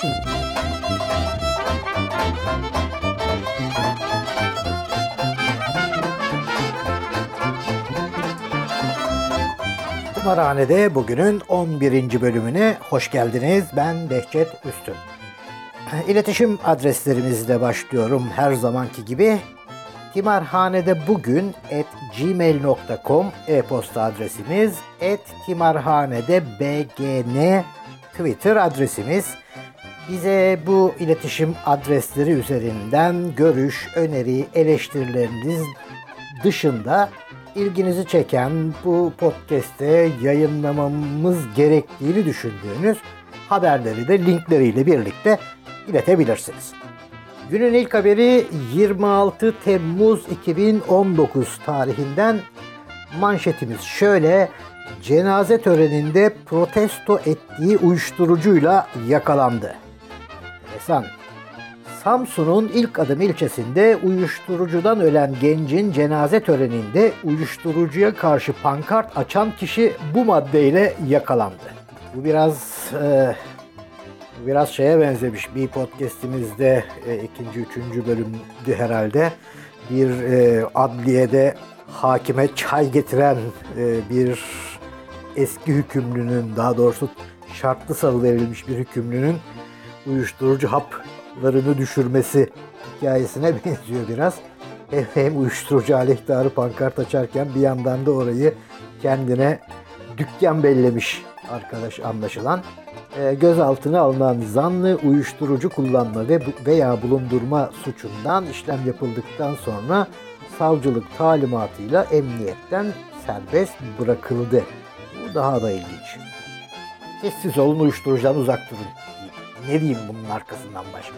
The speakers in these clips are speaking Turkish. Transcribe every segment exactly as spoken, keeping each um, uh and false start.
Tımarhane'de bugünün on birinci bölümüne hoş geldiniz. Ben Behçet Üstün. İletişim adreslerimizle başlıyorum her zamanki gibi. Timarhane'de bugün at gmail nokta com e-posta adresimiz, at timarhanede bgn Twitter adresimiz. Bize bu iletişim adresleri üzerinden görüş, öneri, eleştirileriniz dışında ilginizi çeken, bu podcast'te yayınlamamız gerektiğini düşündüğünüz haberleri de linkleriyle birlikte iletebilirsiniz. Günün ilk haberi yirmi altı Temmuz iki bin on dokuz tarihinden. Manşetimiz şöyle: cenaze töreninde protesto ettiği uyuşturucuyla yakalandı. Enteresan. Samsun'un İlk Adım ilçesinde uyuşturucudan ölen gencin cenaze töreninde uyuşturucuya karşı pankart açan kişi bu maddeyle yakalandı. Bu biraz e, biraz şeye benzemiş. Bir podcast'imizde e, ikinci, üçüncü bölümdü herhalde. Bir e, adliyede hakime çay getiren e, bir eski hükümlünün, daha doğrusu şartlı salı verilmiş bir hükümlünün uyuşturucu haplarını düşürmesi hikayesine benziyor biraz. Hem, hem uyuşturucu aleyhtarı pankart açarken bir yandan da orayı kendine dükkan bellemiş arkadaş anlaşılan. E, gözaltına alınan zanlı uyuşturucu kullanma ve veya bulundurma suçundan işlem yapıldıktan sonra savcılık talimatıyla emniyetten serbest bırakıldı. Bu daha da ilginç. Sessiz olun, uyuşturucudan uzak durun. Ne diyeyim bunun arkasından başka?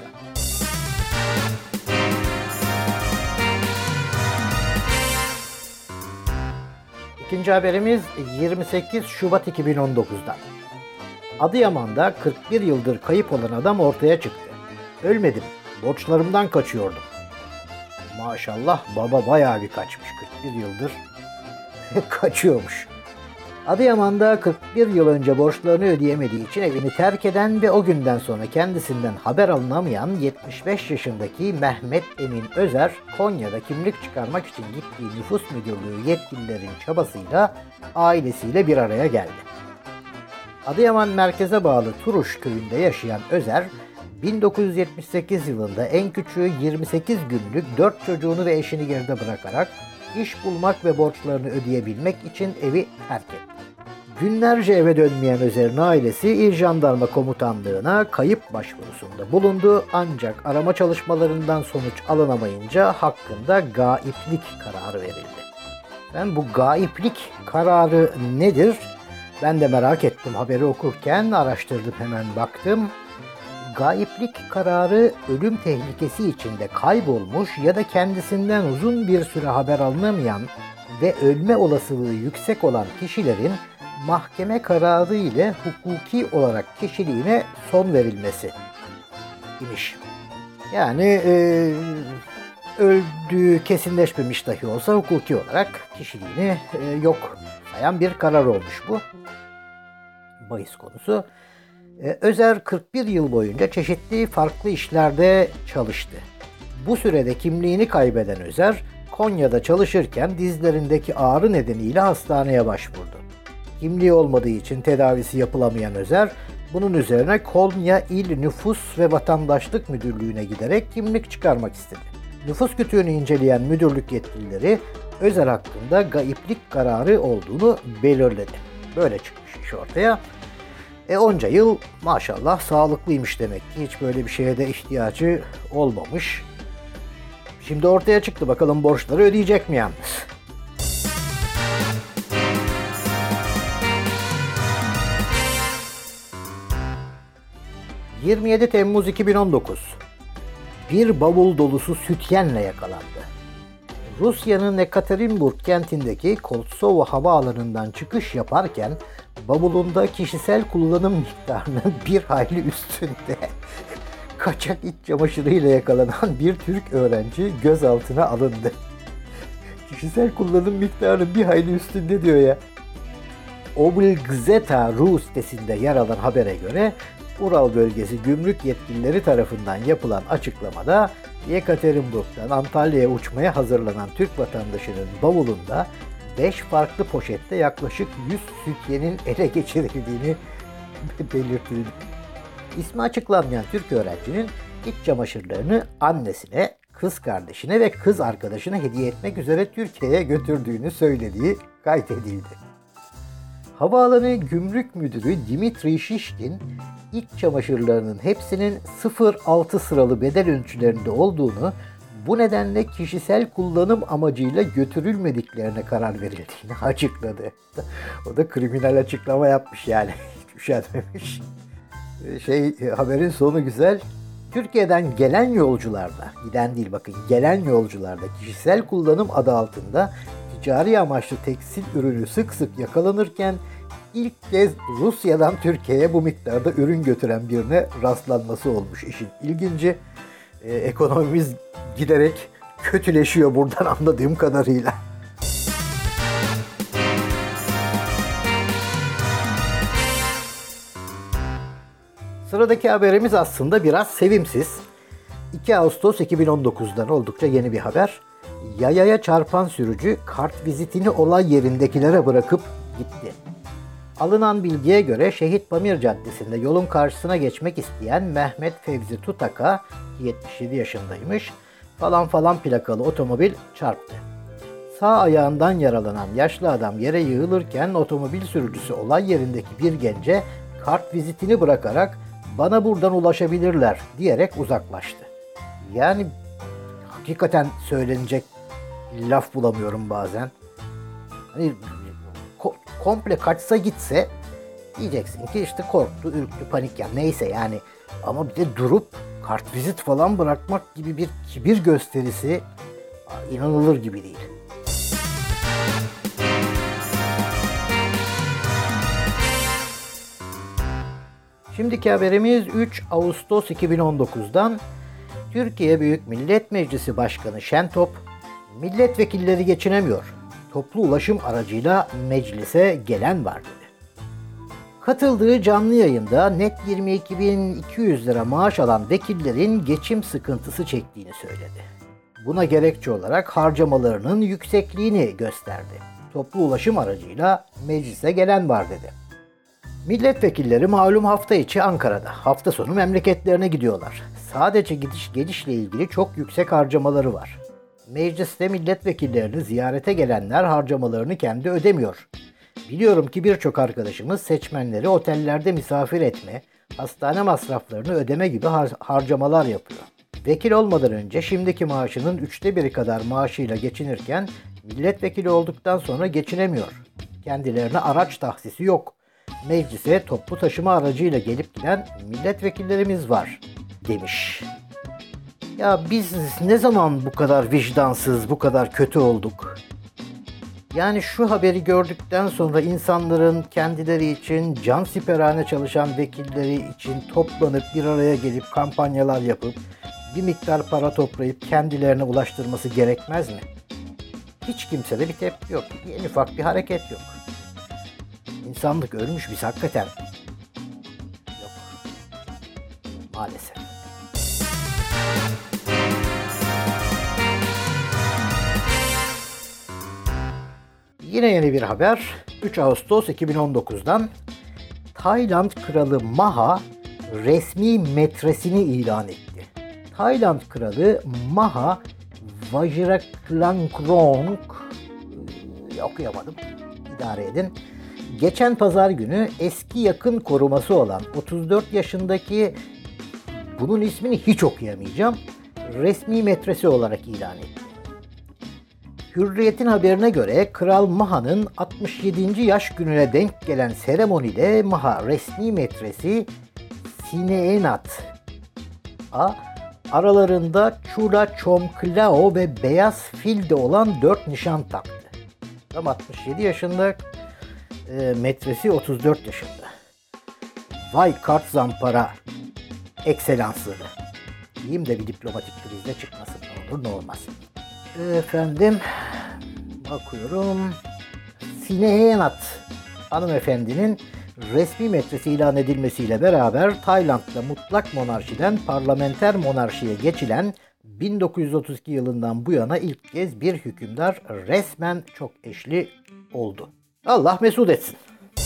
İkinci haberimiz yirmi sekiz Şubat iki bin on dokuz'dan. Adıyaman'da kırk bir yıldır kayıp olan adam ortaya çıktı. Ölmedim, borçlarımdan kaçıyordum. Maşallah baba bayağı bir kaçmış, kırk bir yıldır kaçıyormuş. Adıyaman'da kırk bir yıl önce borçlarını ödeyemediği için evini terk eden ve o günden sonra kendisinden haber alınamayan yetmiş beş yaşındaki Mehmet Emin Özer, Konya'da kimlik çıkarmak için gittiği nüfus müdürlüğü yetkililerin çabasıyla ailesiyle bir araya geldi. Adıyaman merkeze bağlı Turuş köyünde yaşayan Özer, bin dokuz yüz yetmiş sekiz yılında en küçüğü yirmi sekiz günlük dört çocuğunu ve eşini geride bırakarak iş bulmak ve borçlarını ödeyebilmek için evi terk etti. Günlerce eve dönmeyen Özer'in ailesi İl Jandarma Komutanlığı'na kayıp başvurusunda bulundu, ancak arama çalışmalarından sonuç alınamayınca hakkında gaiplik kararı verildi. Ben bu gaiplik kararı nedir? Ben de merak ettim, haberi okurken araştırdım, hemen baktım. Gaiplik kararı ölüm tehlikesi içinde kaybolmuş ya da kendisinden uzun bir süre haber alınamayan ve ölme olasılığı yüksek olan kişilerin mahkeme kararı ile hukuki olarak kişiliğine son verilmesi imiş. Yani e, öldüğü kesinleşmemiş dahi olsa hukuki olarak kişiliğini e, yok sayan bir karar olmuş bu. Bahis konusu. Özer kırk bir yıl boyunca çeşitli farklı işlerde çalıştı. Bu sürede kimliğini kaybeden Özer, Konya'da çalışırken dizlerindeki ağrı nedeniyle hastaneye başvurdu. Kimliği olmadığı için tedavisi yapılamayan Özer, bunun üzerine Konya İl Nüfus ve Vatandaşlık Müdürlüğü'ne giderek kimlik çıkarmak istedi. Nüfus kütüğünü inceleyen müdürlük yetkilileri Özer hakkında gaiplik kararı olduğunu belirledi. Böyle çıkmış iş ortaya. E onca yıl maşallah sağlıklıymış demek ki, hiç böyle bir şeye de ihtiyacı olmamış. Şimdi ortaya çıktı, bakalım borçları ödeyecek mi yalnız? yirmi yedi Temmuz iki bin on dokuz. Bir bavul dolusu sütyenle yakalandı. Rusya'nın Ekaterinburg kentindeki Koltsovo havaalanından çıkış yaparken bavulunda kişisel kullanım miktarının bir hayli üstünde kaçak iç çamaşırıyla yakalanan bir Türk öğrenci gözaltına alındı. Kişisel kullanım miktarının bir hayli üstünde diyor ya. Oblgazeta.ru sitesinde yer alan habere göre Ural bölgesi gümrük yetkilileri tarafından yapılan açıklamada Yekaterinburg'dan Antalya'ya uçmaya hazırlanan Türk vatandaşının bavulunda beş farklı poşette yaklaşık yüz sütyenin ele geçirildiğini belirtildi. İsmi açıklanmayan Türk öğrencinin iç çamaşırlarını annesine, kız kardeşine ve kız arkadaşına hediye etmek üzere Türkiye'ye götürdüğünü söylediği kaydedildi. Havaalanı Gümrük Müdürü Dimitri Şişkin, iç çamaşırlarının hepsinin sıfır altı sıralı beden ölçülerinde olduğunu, bu nedenle kişisel kullanım amacıyla götürülmediklerine karar verildiğini açıkladı. O da kriminal açıklama yapmış yani. Hiç üşenmemiş. Şey, haberin sonu güzel. Türkiye'den gelen yolcularda, giden değil bakın, gelen yolcularda kişisel kullanım adı altında ticari amaçlı tekstil ürünü sık sık yakalanırken ilk kez Rusya'dan Türkiye'ye bu miktarda ürün götüren birine rastlanması olmuş. İşin ilginci, e, ekonomimiz giderek kötüleşiyor buradan anladığım kadarıyla. Sıradaki haberimiz aslında biraz sevimsiz. iki Ağustos iki bin on dokuz'dan oldukça yeni bir haber. Yayaya çarpan sürücü kart vizitini olay yerindekilere bırakıp gitti. Alınan bilgiye göre Şehit Pamir Caddesi'nde yolun karşısına geçmek isteyen Mehmet Fevzi Tutak'a, yetmiş yedi yaşındaymış, falan falan plakalı otomobil çarptı. Sağ ayağından yaralanan yaşlı adam yere yığılırken otomobil sürücüsü olay yerindeki bir gence kart vizitini bırakarak "bana buradan ulaşabilirler" diyerek uzaklaştı. Yani hakikaten söylenecek laf bulamıyorum bazen. Hani ko- komple kaçsa gitse diyeceksin ki işte korktu, ürktü, panik ya neyse yani. Ama bir de durup kartvizit falan bırakmak gibi bir kibir gösterisi inanılır gibi değil. Şimdiki haberimiz üç Ağustos iki bin on dokuz'dan. Türkiye Büyük Millet Meclisi Başkanı Şentop, milletvekilleri geçinemiyor, toplu ulaşım aracıyla meclise gelen var dedi. Katıldığı canlı yayında net yirmi iki bin iki yüz lira maaş alan vekillerin geçim sıkıntısı çektiğini söyledi. Buna gerekçe olarak harcamalarının yüksekliğini gösterdi. Toplu ulaşım aracıyla meclise gelen var dedi. Milletvekilleri malum hafta içi Ankara'da, hafta sonu memleketlerine gidiyorlar. Sadece gidiş gelişle ilgili çok yüksek harcamaları var. Mecliste milletvekillerini ziyarete gelenler harcamalarını kendi ödemiyor. Biliyorum ki birçok arkadaşımız seçmenleri otellerde misafir etme, hastane masraflarını ödeme gibi har- harcamalar yapıyor. Vekil olmadan önce şimdiki maaşının üçte biri kadar maaşıyla geçinirken milletvekili olduktan sonra geçinemiyor. Kendilerine araç tahsisi yok. Meclise toplu taşıma aracıyla gelip giden milletvekillerimiz var demiş. Ya biz ne zaman bu kadar vicdansız, bu kadar kötü olduk? Yani şu haberi gördükten sonra insanların kendileri için cansiperane çalışan vekilleri için toplanıp bir araya gelip kampanyalar yapıp bir miktar para toplayıp kendilerine ulaştırması gerekmez mi? Hiç kimsede bir tepki yok. En ufak bir hareket yok. İnsanlık ölmüş, biz hakikaten yok. Maalesef. Yine yeni bir haber. üç Ağustos iki bin on dokuz'dan. Tayland Kralı Maha resmi metresini ilan etti. Tayland Kralı Maha Vajiraklongkorn, okuyamadım, idare edin. Geçen pazar günü eski yakın koruması olan otuz dört yaşındaki, bunun ismini hiç okuyamayacağım, resmi metresi olarak ilan etti. Hürriyet'in haberine göre Kral Maha'nın altmış yedinci yaş gününe denk gelen seremonide Maha resmi metresi Sineenat A, aralarında Chura Chomklao ve Beyaz Fil de olan dört nişan taktı. Tam altmış yedi yaşında, e, metresi otuz dört yaşında. Vay kart zampara ekselansları. Diyeyim de bir diplomatik krizde çıkmasın, ne olur ne olmaz. Efendim, bakıyorum. Sineenat hanımefendinin resmi metresi ilan edilmesiyle beraber Tayland'da mutlak monarşiden parlamenter monarşiye geçilen bin dokuz yüz otuz iki yılından bu yana ilk kez bir hükümdar resmen çok eşli oldu. Allah mesut etsin.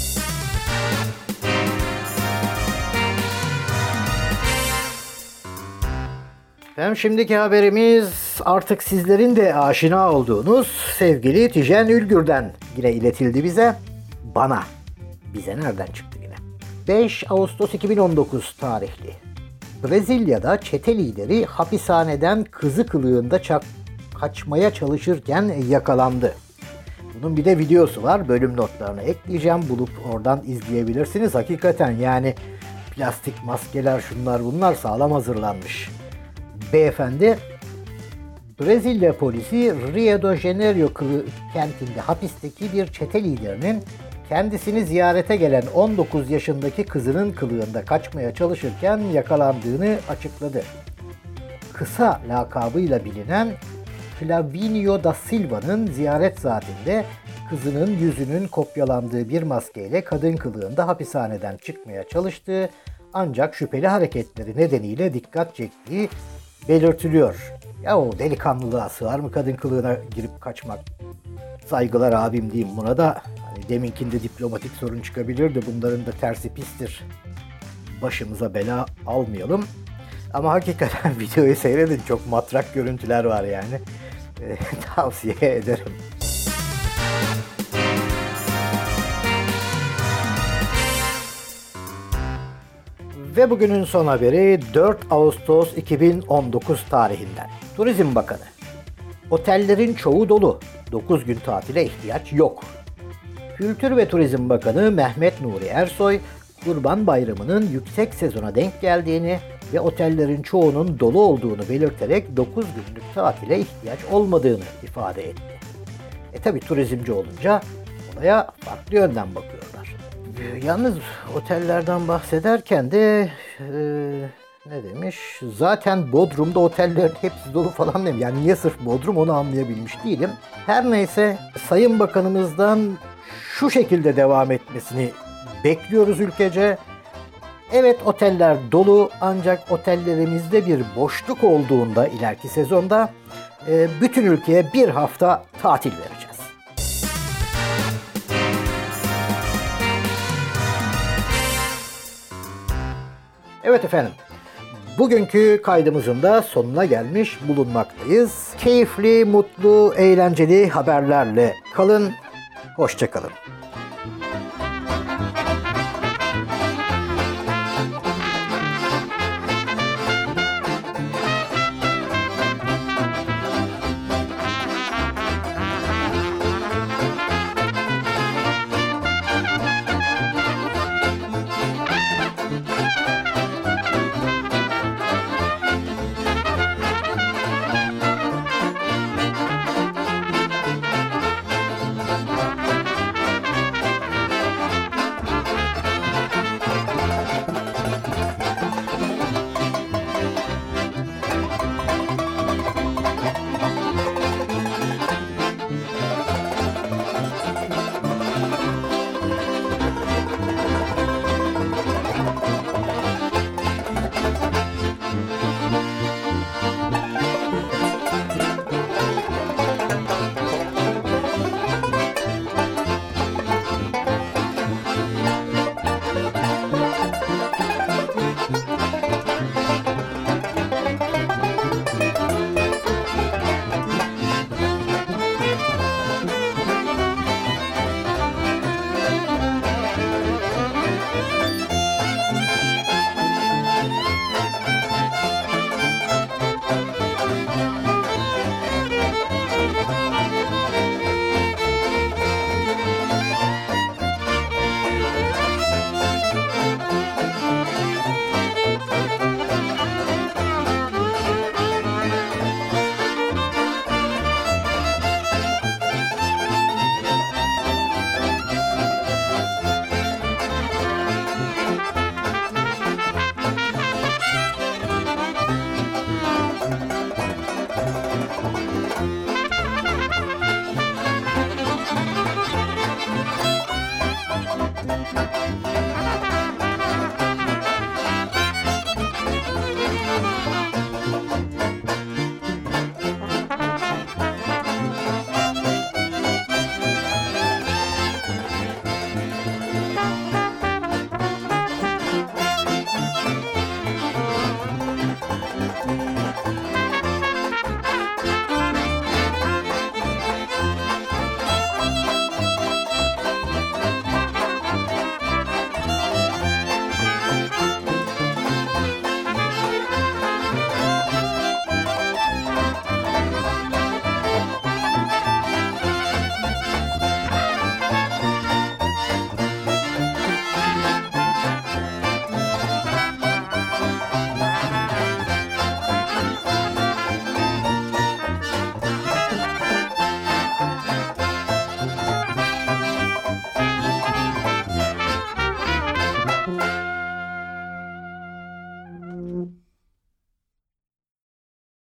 Hem şimdiki haberimiz artık sizlerin de aşina olduğunuz sevgili Tijen Ülgür'den yine iletildi bize. Bana. Bize nereden çıktı yine? beş Ağustos iki bin on dokuz tarihli. Brezilya'da çete lideri hapishaneden kızı kılığında çak kaçmaya çalışırken yakalandı. Bunun bir de videosu var. Bölüm notlarına ekleyeceğim. Bulup oradan izleyebilirsiniz. Hakikaten yani plastik maskeler şunlar bunlar sağlam hazırlanmış. Beyefendi Brezilya polisi Rio de Janeiro kentinde hapisteki bir çete liderinin kendisini ziyarete gelen on dokuz yaşındaki kızının kılığında kaçmaya çalışırken yakalandığını açıkladı. Kısa lakabıyla bilinen Flavinio da Silva'nın ziyaret saatinde kızının yüzünün kopyalandığı bir maskeyle kadın kılığında hapishaneden çıkmaya çalıştığı ancak şüpheli hareketleri nedeniyle dikkat çektiği belirtiliyor. Ya o delikanlılığa sığar mı kadın kılığına girip kaçmak? Saygılar abim diyeyim buna da. Hani deminkinde diplomatik sorun çıkabilirdi. Bunların da tersi pistir. Başımıza bela almayalım. Ama hakikaten videoyu seyredin. Çok matrak görüntüler var yani. E, tavsiye ederim. Ve bugünün son haberi dört Ağustos iki bin on dokuz tarihinden. Turizm Bakanı. Otellerin çoğu dolu. dokuz gün tatile ihtiyaç yok. Kültür ve Turizm Bakanı Mehmet Nuri Ersoy, Kurban Bayramı'nın yüksek sezona denk geldiğini ve otellerin çoğunun dolu olduğunu belirterek dokuz günlük tatile ihtiyaç olmadığını ifade etti. E tabi turizmci olunca olaya farklı yönden bakıyorlar. Yalnız otellerden bahsederken de e, ne demiş? Zaten Bodrum'da otellerin hepsi dolu falan demiş. Yani niye sırf Bodrum onu anlayabilmiş değilim. Her neyse Sayın Bakanımızdan şu şekilde devam etmesini bekliyoruz ülkece. Evet oteller dolu ancak otellerimizde bir boşluk olduğunda ileriki sezonda e, bütün ülkeye bir hafta tatil vereceğiz. Evet efendim, bugünkü kaydımızın da sonuna gelmiş bulunmaktayız. Keyifli, mutlu, eğlenceli haberlerle kalın, hoşça kalın.